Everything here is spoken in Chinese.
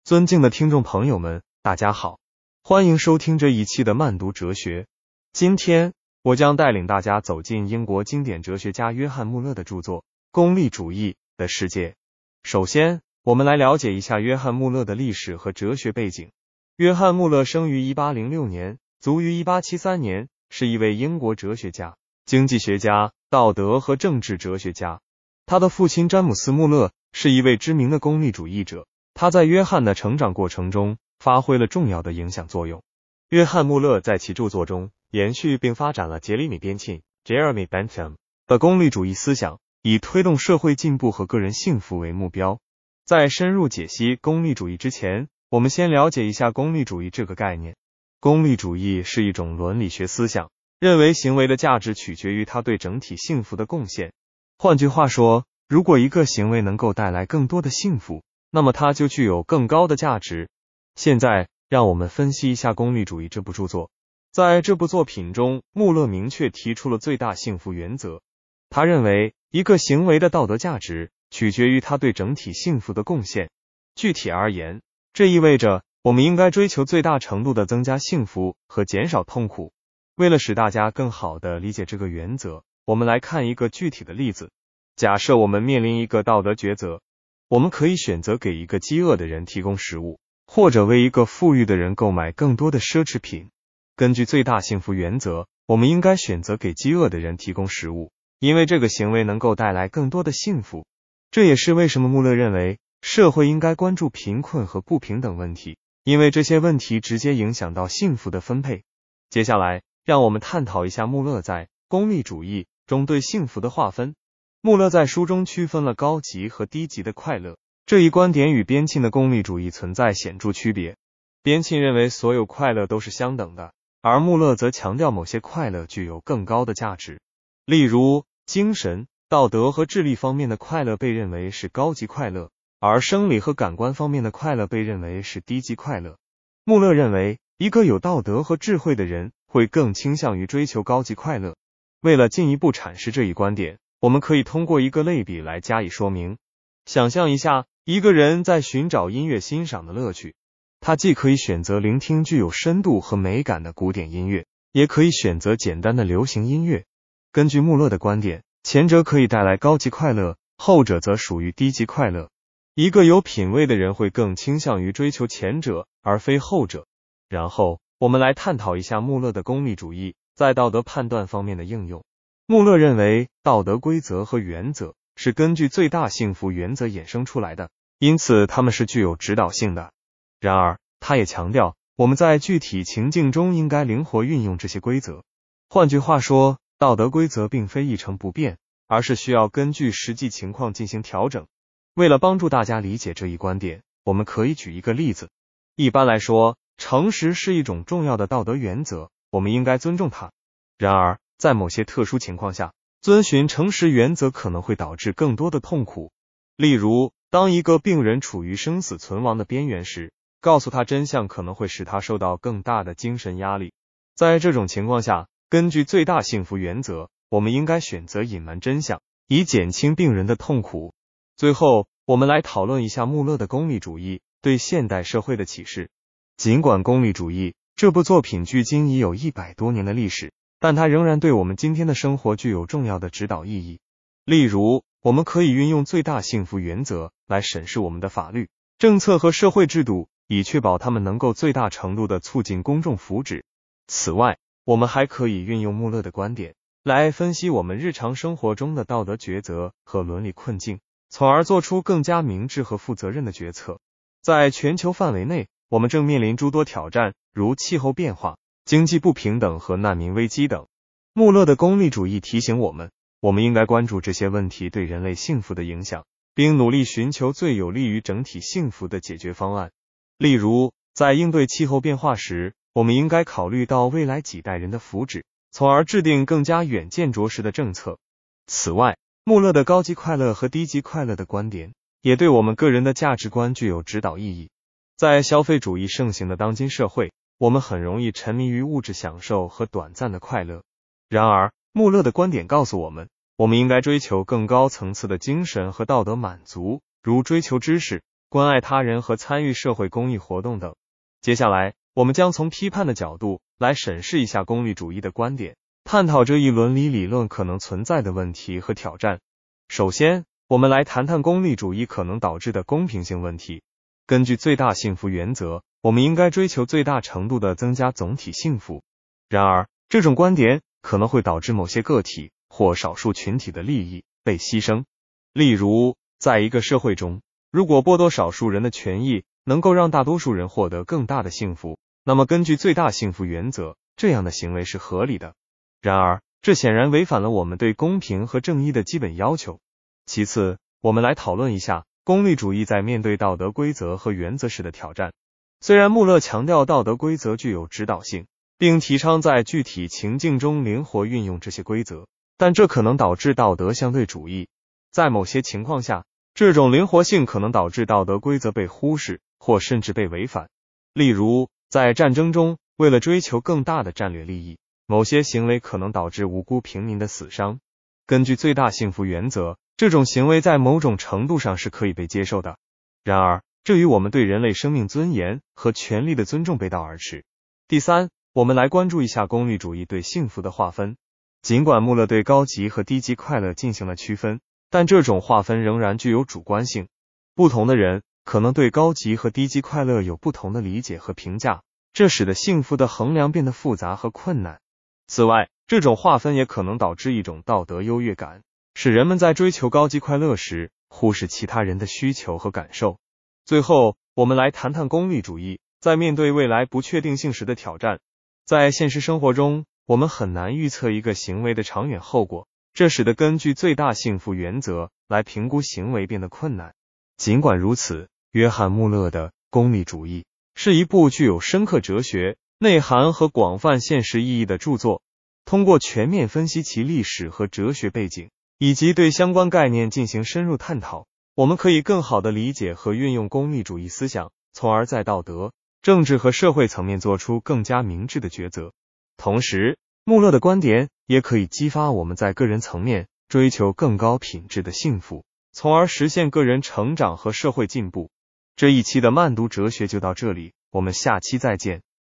尊敬的听众朋友们，大家好，欢迎收听这一期的慢读哲学。今天我将带领大家走进英国经典哲学家约翰·穆勒的著作《功利主义的世界》。首先，我们来了解一下约翰·穆勒的历史和哲学背景。约翰·穆勒生于1806年，卒于1873年，是一位英国哲学家、经济学家、道德和政治哲学家。他的父亲詹姆斯·穆勒是一位知名的功利主义者，他在约翰的成长过程中发挥了重要的影响作用。约翰·穆勒在其著作中延续并发展了杰里米·边沁 Jeremy Bentham 的功利主义思想，以推动社会进步和个人幸福为目标。在深入解析功利主义之前，我们先了解一下功利主义这个概念。功利主义是一种伦理学思想，认为行为的价值取决于它对整体幸福的贡献。换句话说，如果一个行为能够带来更多的幸福，那么它就具有更高的价值。现在，让我们分析一下《功利主义》这部著作。在这部作品中，穆勒明确提出了最大幸福原则。他认为，一个行为的道德价值取决于它对整体幸福的贡献。具体而言，这意味着我们应该追求最大程度的增加幸福和减少痛苦。为了使大家更好地理解这个原则，我们来看一个具体的例子。假设我们面临一个道德抉择，我们可以选择给一个饥饿的人提供食物，或者为一个富裕的人购买更多的奢侈品。根据最大幸福原则，我们应该选择给饥饿的人提供食物，因为这个行为能够带来更多的幸福。这也是为什么穆勒认为社会应该关注贫困和不平等问题，因为这些问题直接影响到幸福的分配。接下来，让我们探讨一下穆勒在功利主义中对幸福的划分。穆勒在书中区分了高级和低级的快乐，这一观点与边沁的功利主义存在显著区别。边沁认为所有快乐都是相等的，而穆勒则强调某些快乐具有更高的价值。例如，精神、道德和智力方面的快乐被认为是高级快乐，而生理和感官方面的快乐被认为是低级快乐。穆勒认为，一个有道德和智慧的人会更倾向于追求高级快乐。为了进一步阐释这一观点，我们可以通过一个类比来加以说明。想象一下，一个人在寻找音乐欣赏的乐趣，他既可以选择聆听具有深度和美感的古典音乐，也可以选择简单的流行音乐。根据穆勒的观点，前者可以带来高级快乐，后者则属于低级快乐。一个有品位的人会更倾向于追求前者，而非后者。然后，我们来探讨一下穆勒的功利主义在道德判断方面的应用。穆勒认为，道德规则和原则是根据最大幸福原则衍生出来的，因此它们是具有指导性的。然而，他也强调，我们在具体情境中应该灵活运用这些规则。换句话说，道德规则并非一成不变，而是需要根据实际情况进行调整。为了帮助大家理解这一观点，我们可以举一个例子。一般来说，诚实是一种重要的道德原则，我们应该尊重它。然而，在某些特殊情况下，遵循诚实原则可能会导致更多的痛苦。例如，当一个病人处于生死存亡的边缘时，告诉他真相可能会使他受到更大的精神压力。在这种情况下，根据最大幸福原则，我们应该选择隐瞒真相，以减轻病人的痛苦。最后，我们来讨论一下穆勒的功利主义对现代社会的启示。尽管《功利主义》这部作品距今已有100多年的历史，但它仍然对我们今天的生活具有重要的指导意义。例如，我们可以运用最大幸福原则来审视我们的法律、政策和社会制度，以确保它们能够最大程度地促进公众福祉。此外，我们还可以运用穆勒的观点来分析我们日常生活中的道德抉择和伦理困境，从而做出更加明智和负责任的决策。在全球范围内，我们正面临诸多挑战，如气候变化、经济不平等和难民危机等。穆勒的功利主义提醒我们，我们应该关注这些问题对人类幸福的影响，并努力寻求最有利于整体幸福的解决方案。例如，在应对气候变化时，我们应该考虑到未来几代人的福祉，从而制定更加远见卓识的政策。此外，穆勒的高级快乐和低级快乐的观点也对我们个人的价值观具有指导意义。在消费主义盛行的当今社会，我们很容易沉迷于物质享受和短暂的快乐。然而，穆勒的观点告诉我们，我们应该追求更高层次的精神和道德满足，如追求知识、 关爱他人和参与社会公益活动等。接下来，我们将从批判的角度来审视一下功利主义的观点，探讨这一伦理理论可能存在的问题和挑战。首先，我们来谈谈功利主义可能导致的公平性问题。根据最大幸福原则，我们应该追求最大程度的增加总体幸福。然而，这种观点可能会导致某些个体或少数群体的利益被牺牲。例如，在一个社会中，如果剥夺少数人的权益能够让大多数人获得更大的幸福，那么根据最大幸福原则，这样的行为是合理的。然而，这显然违反了我们对公平和正义的基本要求。其次，我们来讨论一下功利主义在面对道德规则和原则时的挑战。虽然穆勒强调道德规则具有指导性，并提倡在具体情境中灵活运用这些规则，但这可能导致道德相对主义。在某些情况下，这种灵活性可能导致道德规则被忽视，或甚至被违反。例如，在战争中，为了追求更大的战略利益，某些行为可能导致无辜平民的死伤。根据最大幸福原则，这种行为在某种程度上是可以被接受的。然而，这与我们对人类生命尊严和权利的尊重背道而驰。第三，我们来关注一下功利主义对幸福的划分。尽管穆勒对高级和低级快乐进行了区分，但这种划分仍然具有主观性。不同的人可能对高级和低级快乐有不同的理解和评价，这使得幸福的衡量变得复杂和困难。此外，这种划分也可能导致一种道德优越感，使人们在追求高级快乐时忽视其他人的需求和感受。最后，我们来谈谈功利主义在面对未来不确定性时的挑战。在现实生活中，我们很难预测一个行为的长远后果，这使得根据最大幸福原则来评估行为变得困难。尽管如此，约翰·穆勒的《功利主义》是一部具有深刻哲学内涵和广泛现实意义的著作。通过全面分析其历史和哲学背景，以及对相关概念进行深入探讨，我们可以更好地理解和运用功利主义思想，从而在道德、政治和社会层面做出更加明智的抉择。同时，穆勒的观点也可以激发我们在个人层面追求更高品质的幸福，从而实现个人成长和社会进步。这一期的慢读哲学就到这里，我们下期再见。